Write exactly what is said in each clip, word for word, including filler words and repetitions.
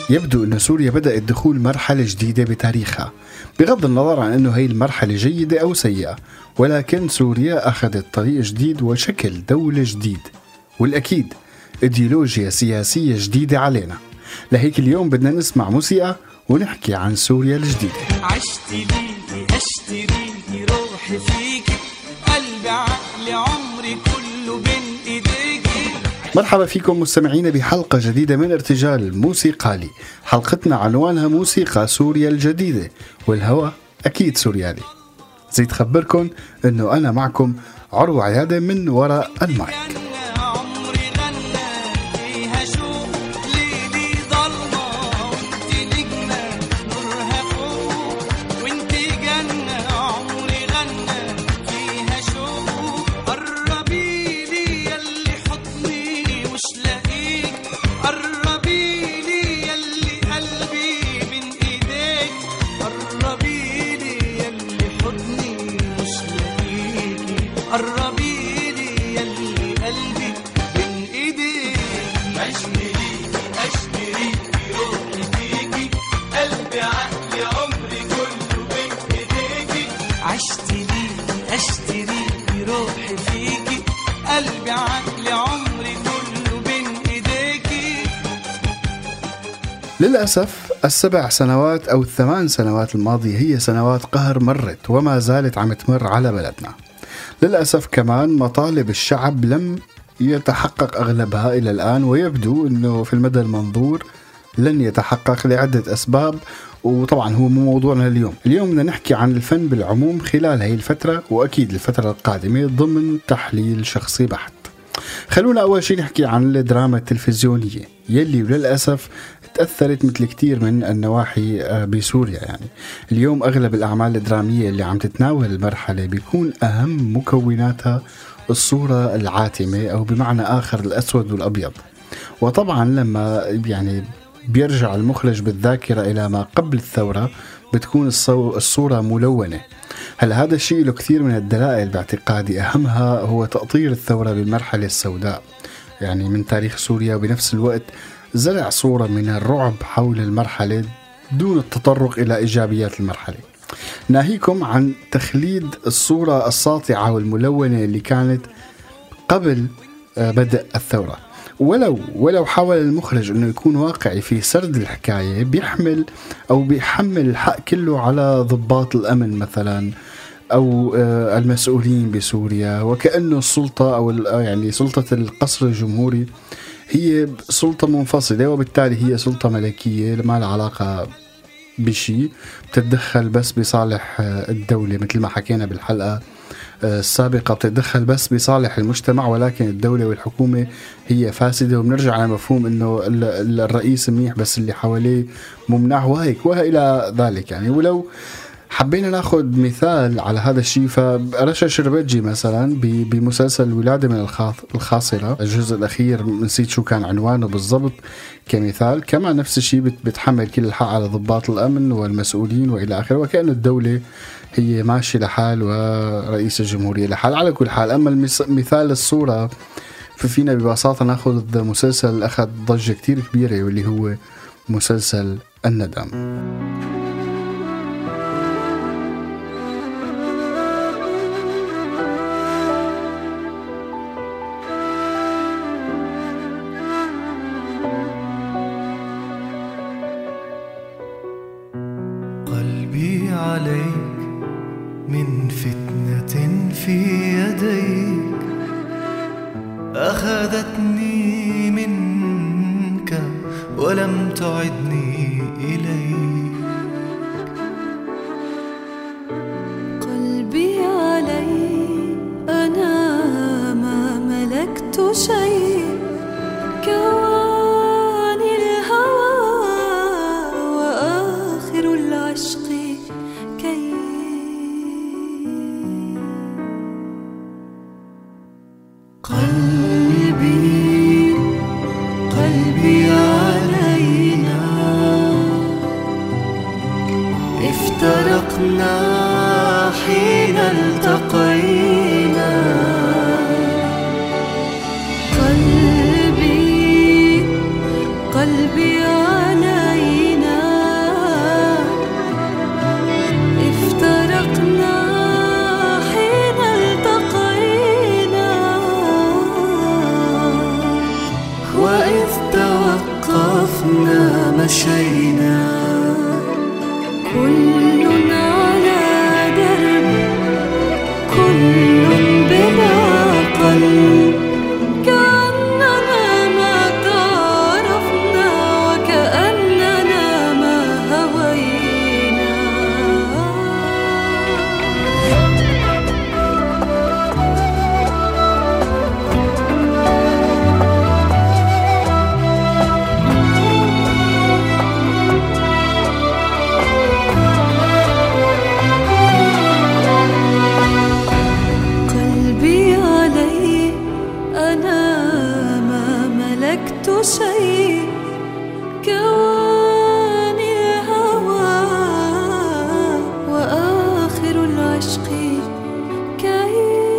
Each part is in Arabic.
يبدو أن سوريا بدأت دخول مرحلة جديدة بتاريخها، بغض النظر عن أنه هي المرحلة جيدة أو سيئة، ولكن سوريا أخذت طريق جديد وشكل دولة جديد، والأكيد إيديولوجيا سياسية جديدة علينا. لهيك اليوم بدنا نسمع موسيقى ونحكي عن سوريا الجديدة. عشت ليكي أشتريكي روحي فيكي قلبي عقلي عمري كله بين إيديكي. مرحبا فيكم مستمعين بحلقة جديدة من ارتجال موسيقالي. حلقتنا عنوانها موسيقى سوريا الجديدة، والهوى أكيد سوريالي. زيد خبركم أنه أنا معكم عروة عيادة من وراء المايك. للأسف السبع سنوات أو الثمان سنوات الماضية هي سنوات قهر مرت وما زالت عم تمر على بلدنا. للأسف كمان مطالب الشعب لم يتحقق أغلبها إلى الآن، ويبدو أنه في المدى المنظور لن يتحقق لعدة أسباب، وطبعا هو مو موضوعنا اليوم. اليوم بدنا نحكي عن الفن بالعموم خلال هاي الفترة، وأكيد الفترة القادمة ضمن تحليل شخصي بحت. خلونا أول شيء نحكي عن الدراما التلفزيونية يلي للأسف تأثرت مثل كتير من النواحي بسوريا. يعني اليوم أغلب الأعمال الدرامية اللي عم تتناول المرحلة بيكون أهم مكوناتها الصورة العاتمة، أو بمعنى آخر الأسود والأبيض. وطبعا لما يعني بيرجع المخرج بالذاكرة إلى ما قبل الثورة بتكون الصورة ملونة. هل هذا الشيء له كثير من الدلائل باعتقادي، أهمها هو تأطير الثورة بالمرحلة السوداء يعني من تاريخ سوريا، وبنفس الوقت زرع صورة من الرعب حول المرحلة دون التطرق إلى إيجابيات المرحلة. ناهيكم عن تخليد الصورة الساطعة والملونة اللي كانت قبل بدء الثورة. ولو ولو حاول المخرج أنه يكون واقعي في سرد الحكاية، بيحمل أو بيحمل الحق كله على ضباط الأمن مثلا أو المسؤولين بسوريا، وكأنه السلطة أو يعني سلطة القصر الجمهوري هي سلطة منفصلة، وبالتالي هي سلطة ملكية ما لها علاقة بشيء، بتتدخل بس بصالح الدولة مثل ما حكينا بالحلقة السابقة، بتتدخل بس بصالح المجتمع، ولكن الدولة والحكومة هي فاسدة. وبنرجع على مفهوم انه الرئيس منيح بس اللي حواليه ممنع وهيك وإلى ذلك. يعني ولو حبينا ناخد مثال على هذا الشيء، فرشا شربتجي مثلا بمسلسل الولادة من الخاصرة الجزء الأخير، نسيت شو كان عنوانه بالضبط كمثال، كما نفس الشيء بتحمل كل الحق على ضباط الأمن والمسؤولين وإلى آخره، وكأن الدولة هي ماشية لحال ورئيس الجمهورية لحال. على كل حال، أما مثال الصورة ففينا ببساطة ناخذ مسلسل أخذ ضجة كتير كبيرة واللي هو مسلسل الندم. قلبي عليك من فتنة في يديك، أخذتني منك ولم تعدني إليك. قلبي عليك أنا ما ملكت شيء، كواني الهوى وآخر العشق كي. قلبي قلبي علينا افترقنا حين التقينا. قلبي قلبي علينا كل على درب، كل بلا قلب، كأننا ما تعرفنا وكأننا ما هوينا. قلبي علي أنا ما ملكت شيء، كواني الهوى وآخر العشق كي.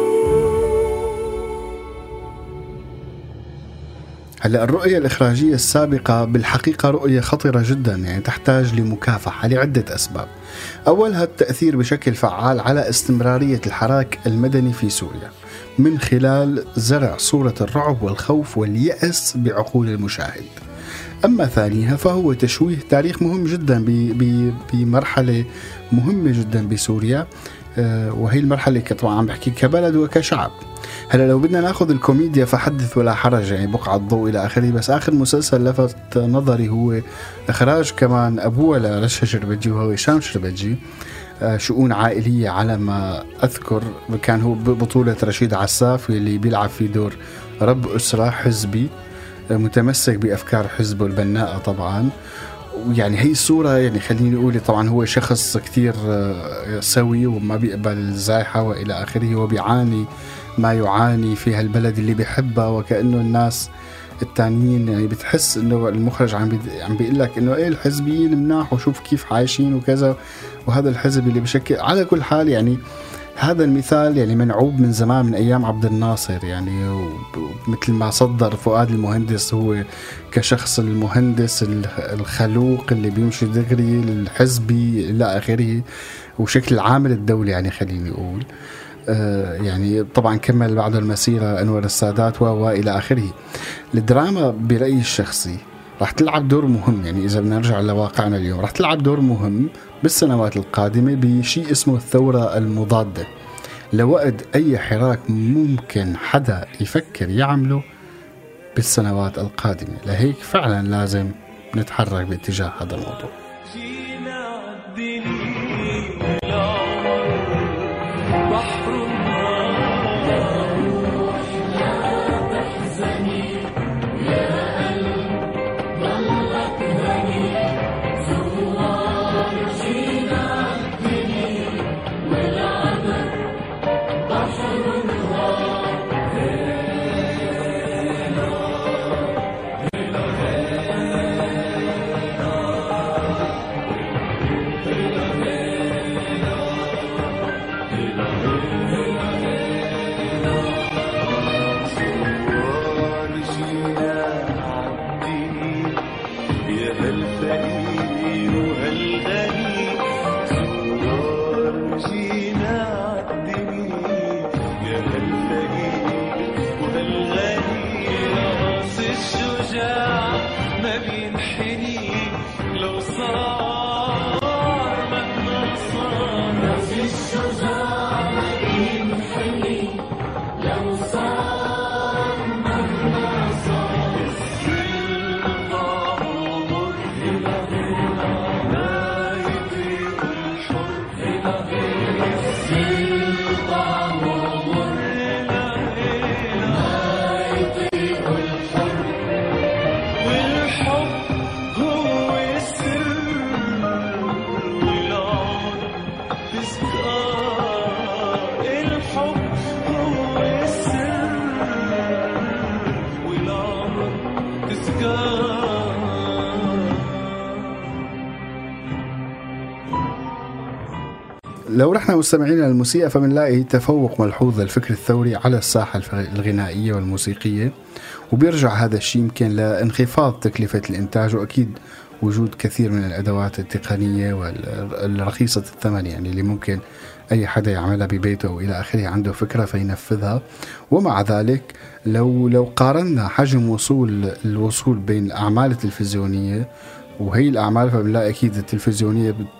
هلا الرؤية الإخراجية السابقة بالحقيقة رؤية خطرة جدا، يعني تحتاج لمكافحة لعدة أسباب. أولها التأثير بشكل فعال على استمرارية الحراك المدني في سوريا من خلال زرع صورة الرعب والخوف واليأس بعقول المشاهد. أما ثانيها فهو تشويه تاريخ مهم جدا بمرحلة مهمة جدا بسوريا، وهي المرحلة طبعا عم بحكي كبلد وكشعب. هلا لو بدنا ناخذ الكوميديا فحدث ولا حرج، يعني بقعة ضوء إلى آخره، بس آخر مسلسل لفت نظري هو إخراج كمان أبوه لرشا شربتجي وهو هشام شربتجي، شؤون عائلية على ما أذكر. كان هو ببطولة رشيد عساف اللي بيلعب في دور رب أسرة حزبي متمسك بأفكار حزبه البناءة طبعا. يعني هي الصورة، يعني خليني نقول طبعا هو شخص كتير سوي وما بيقبل الزايحة وإلى آخره، وبيعاني ما يعاني في هالبلد اللي بيحبها، وكأنه الناس التانيين يعني بتحس انه المخرج عم بي عم بيقول لك انه ايه الحزبيين مناح وشوف كيف عايشين وكذا، وهذا الحزب اللي بشكل. على كل حال يعني هذا المثال يعني منعوب من زمان، من ايام عبد الناصر، يعني مثل ما صدر فؤاد المهندس هو كشخص المهندس الخلوق اللي بيمشي دغري الحزبي الى اخره، وشكل العامل الدولي يعني خليني اقول. آه يعني طبعا كمل بعد المسيرة أنور السادات وإلى آخره. الدراما برأيي الشخصي راح تلعب دور مهم، يعني إذا بنرجع لواقعنا اليوم راح تلعب دور مهم بالسنوات القادمة بشيء اسمه الثورة المضادة، لوقت أي حراك ممكن حدا يفكر يعمله بالسنوات القادمة. لهيك فعلا لازم نتحرك باتجاه هذا الموضوع. لو رحنا مستمعينا للموسيقى فبنلاقي تفوق ملحوظ للفكر الثوري على الساحة الغنائية والموسيقية، وبيرجع هذا الشيء يمكن لانخفاض تكلفة الإنتاج، وأكيد وجود كثير من الأدوات التقنية والرخيصة الثمن يعني اللي ممكن أي حدا يعملها ببيته وإلى آخره، عنده فكرة فينفذها. ومع ذلك لو لو قارنا حجم وصول الوصول بين الأعمال التلفزيونية وهي الأعمال، فبنلاقي أكيد التلفزيونية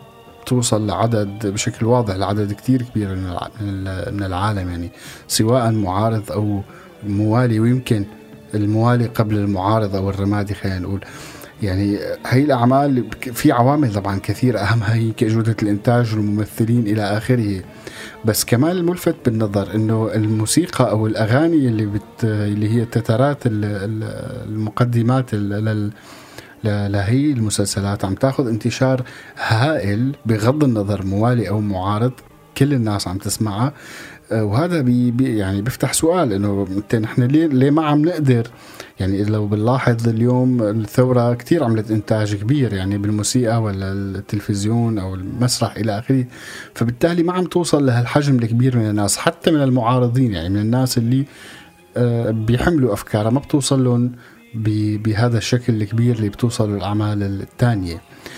بتوصل لعدد بشكل واضح لعدد كتير كبير من العالم، يعني سواء معارض أو موالي، ويمكن الموالي قبل المعارض أو الرمادي خلينا نقول. يعني هاي الأعمال في عوامل طبعا كثير، أهمها هي جودة الإنتاج والممثلين إلى آخره، بس كمان الملفت بالنظر إنه الموسيقى أو الأغاني اللي بت اللي هي تترات المقدمات لل لهي المسلسلات عم تاخذ انتشار هائل بغض النظر موالي أو معارض، كل الناس عم تسمعها. وهذا بي بي يعني بيفتح سؤال إنه نحن ليه ليه ما عم نقدر، يعني لو بنلاحظ اليوم الثورة كتير عملت إنتاج كبير يعني بالموسيقى ولا التلفزيون أو المسرح إلى آخره، فبالتالي ما عم توصل لهالحجم الكبير من الناس، حتى من المعارضين، يعني من الناس اللي بيحملوا أفكارها ما بتوصل لهم بهذا الشكل الكبير اللي بتوصل الأعمال الثانية.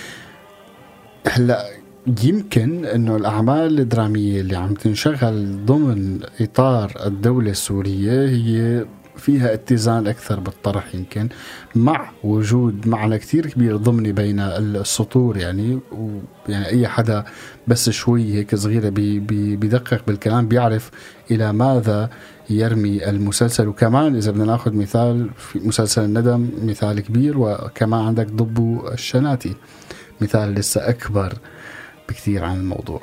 هلأ يمكن أنه الأعمال الدرامية اللي عم تنشغل ضمن إطار الدولة السورية هي فيها اتزان أكثر بالطرح، يمكن مع وجود معنى كتير كبير ضمني بين السطور، يعني يعني أي حدا بس شوي هيك صغيرة بي بي بيدقق بالكلام بيعرف إلى ماذا يرمي المسلسل. وكمان إذا بدنا ناخذ مثال في مسلسل الندم مثال كبير، وكمان عندك ضبو الشناتي مثال لسه أكبر بكثير عن الموضوع.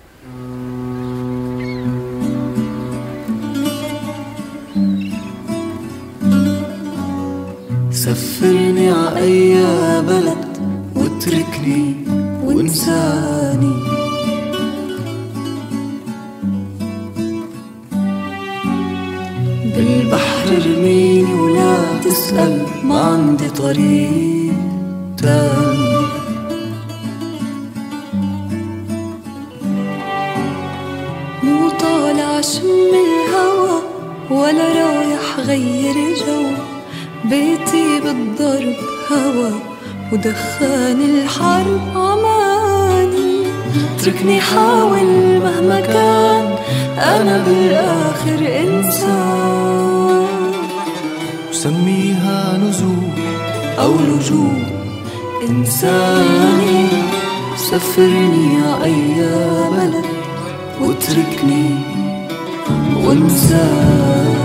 سفرني ع أي بلد واتركني وانساني، بالبحر ارميني ولا تسأل، ما عندي طريق تاني. مو طالع شم الهوى ولا رايح غير جو، بيتي بالضرب هوا ودخان الحرب عماني. اتركني حاول مهما كان، أنا بالآخر إنسان. وسميها نزول أو لجوء إنساني. سفرني ع أي بلد واتركني وانساني.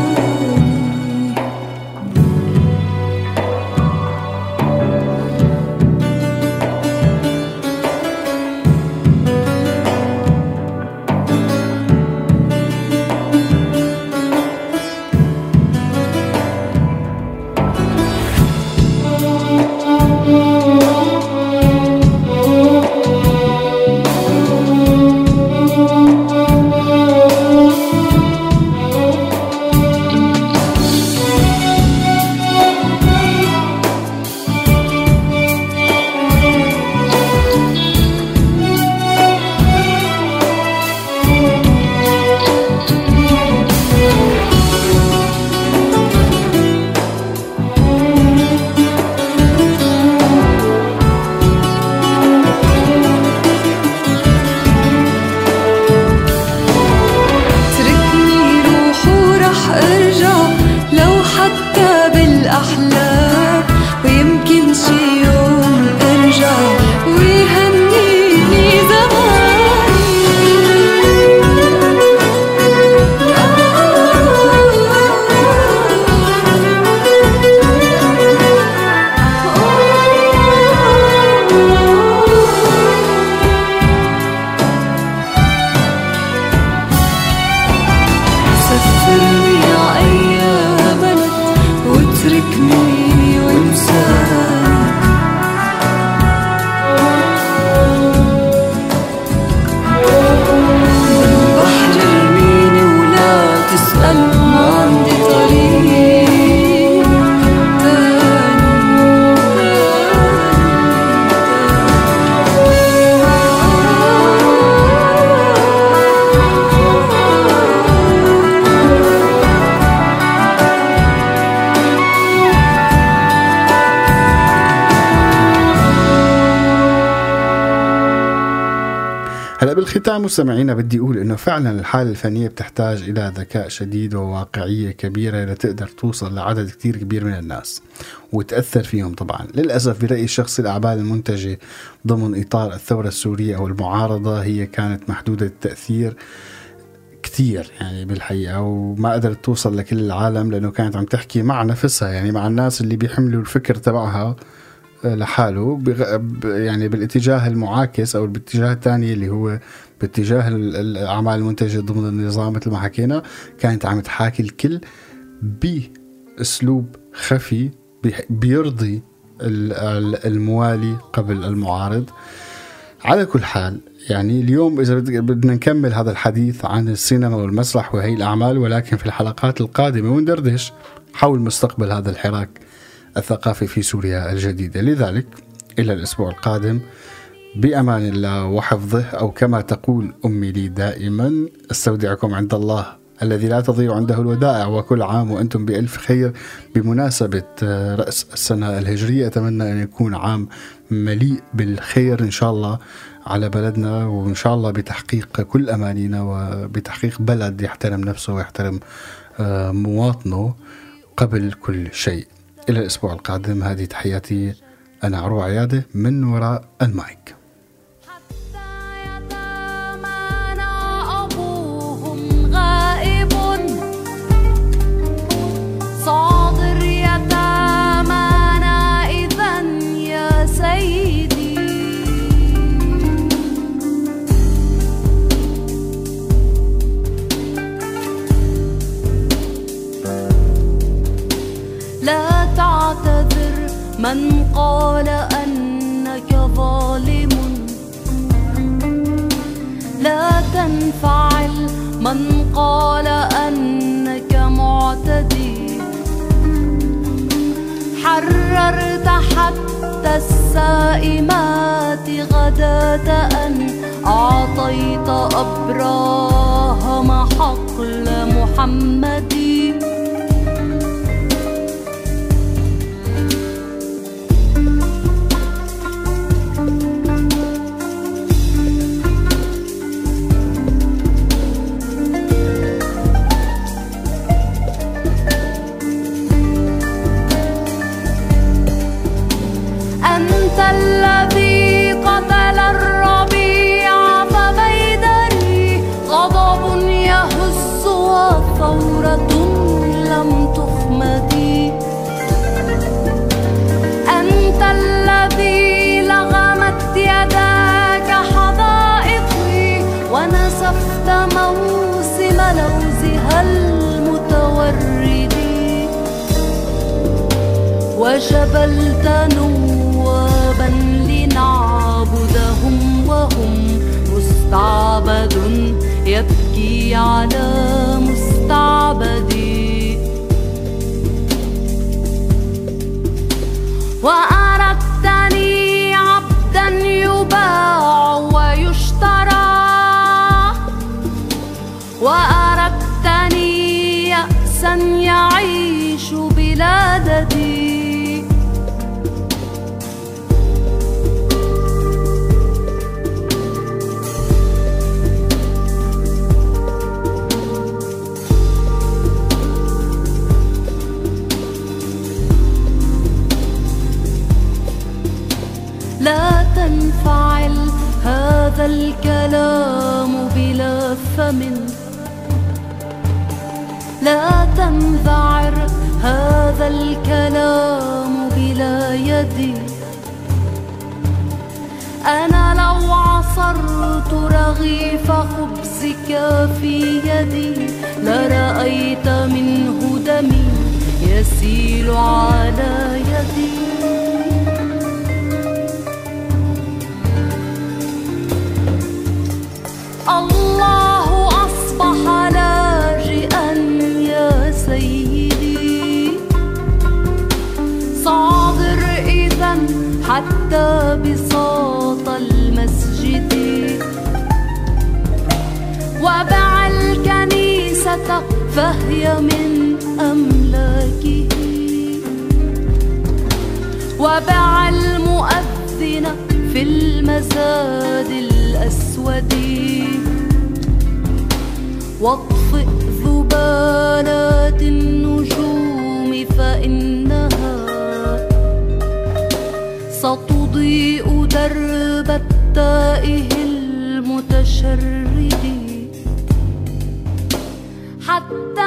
هلا بالختام مستمعينا بدي أقول إنه فعلا الحالة الفنية بتحتاج إلى ذكاء شديد وواقعية كبيرة لتقدر توصل لعدد كتير كبير من الناس وتأثر فيهم. طبعا للأسف برأيي الشخص الأعمال المنتجة ضمن إطار الثورة السورية أو المعارضة هي كانت محدودة التأثير كتير يعني بالحقيقة، وما قدرت توصل لكل العالم لأنه كانت عم تحكي مع نفسها، يعني مع الناس اللي بيحملوا الفكر تبعها لحاله بغ... يعني بالاتجاه المعاكس أو بالاتجاه الثاني اللي هو باتجاه الأعمال المنتجة ضمن النظام مثل ما حكينا، كانت عم تحاكي الكل بأسلوب خفي بيرضي الموالي قبل المعارض. على كل حال يعني اليوم إذا بدنا نكمل هذا الحديث عن السينما والمسرح وهي الأعمال، ولكن في الحلقات القادمة وندردش حول مستقبل هذا الحراك الثقافي في سوريا الجديدة. لذلك إلى الأسبوع القادم بأمان الله وحفظه، أو كما تقول أمي لي دائما استودعكم عند الله الذي لا تضيع عنده الودائع، وكل عام وأنتم بألف خير. بمناسبة رأس السنة الهجرية أتمنى أن يكون عام مليء بالخير إن شاء الله على بلدنا، وإن شاء الله بتحقيق كل أمانينا وبتحقيق بلد يحترم نفسه ويحترم مواطنه قبل كل شيء. إلى الأسبوع القادم، هذه تحياتي أنا عروة عيادة من وراء المايك. صادر يتامانا إذن يا سيدي، لا تعتذر من قال أنك ظالم، لا تنفعل من قال أنك معتدي، حررت حتى السائمات غداة أن أعطيت أبراهام حقل محمد. أنت الذي قتل الربيع فبيدري غضب يهز وثورة لم تخمدي، أنت الذي لغمت يداك حظائقي ونسفت موسم لوزها المتورد، وجبلت نوابا لنعبدهم وهم مستعبد يبكي على مستعبدي، وأردتني عبدا يباع ويشترى، وأردتني يأسا يعيش بلا ددي، لا تنفعل هذا الكلام بلا فم، لا تنذعر هذا الكلام بلا يد، أنا لو عصرت رغيف خبزك في يدي لرأيت منه دمي يسيل على يدي. الله أصبح لاجئا يا سيدي، صادر إذن حتى بساط المسجد، وباع الكنيسة فهي من أملاكه، وباع المؤذن في المزاد الأسود، أسودي واطفئ ذبالات النجوم فإنها ستضيء درب التائه المتشرد حتى